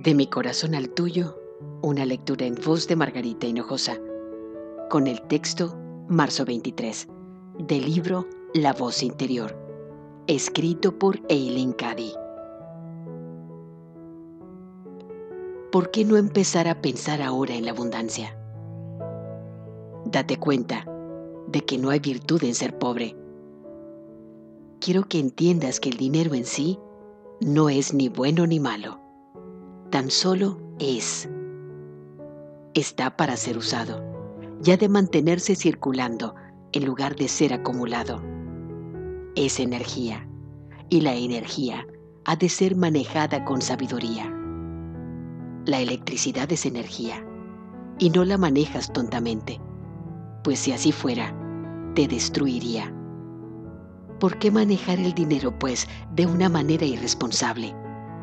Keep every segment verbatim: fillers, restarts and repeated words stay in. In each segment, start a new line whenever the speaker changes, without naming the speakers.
De mi corazón al tuyo, una lectura en voz de Margarita Hinojosa, con el texto Marzo veintitrés, del libro La voz interior, escrito por Eileen Cady. ¿Por qué no empezar a pensar ahora en la abundancia? Date cuenta de que no hay virtud en ser pobre. Quiero que entiendas que el dinero en sí no es ni bueno ni malo, tan solo es. Está para ser usado, ya de mantenerse circulando en lugar de ser acumulado. Es energía, y la energía ha de ser manejada con sabiduría. La electricidad es energía, y no la manejas tontamente, pues si así fuera, te destruiría. ¿Por qué manejar el dinero, pues, de una manera irresponsable?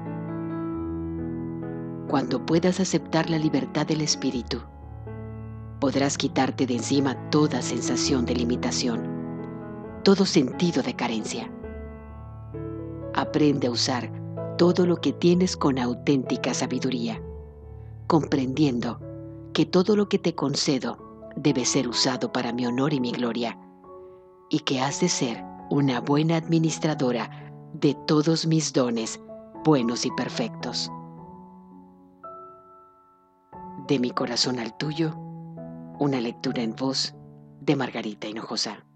Cuando puedas aceptar la libertad del espíritu, podrás quitarte de encima toda sensación de limitación, todo sentido de carencia. Aprende a usar todo lo que tienes con auténtica sabiduría, comprendiendo que todo lo que te concedo debe ser usado para mi honor y mi gloria, y que has de ser una buena administradora de todos mis dones buenos y perfectos. De mi corazón al tuyo, una lectura en voz de Margarita Hinojosa.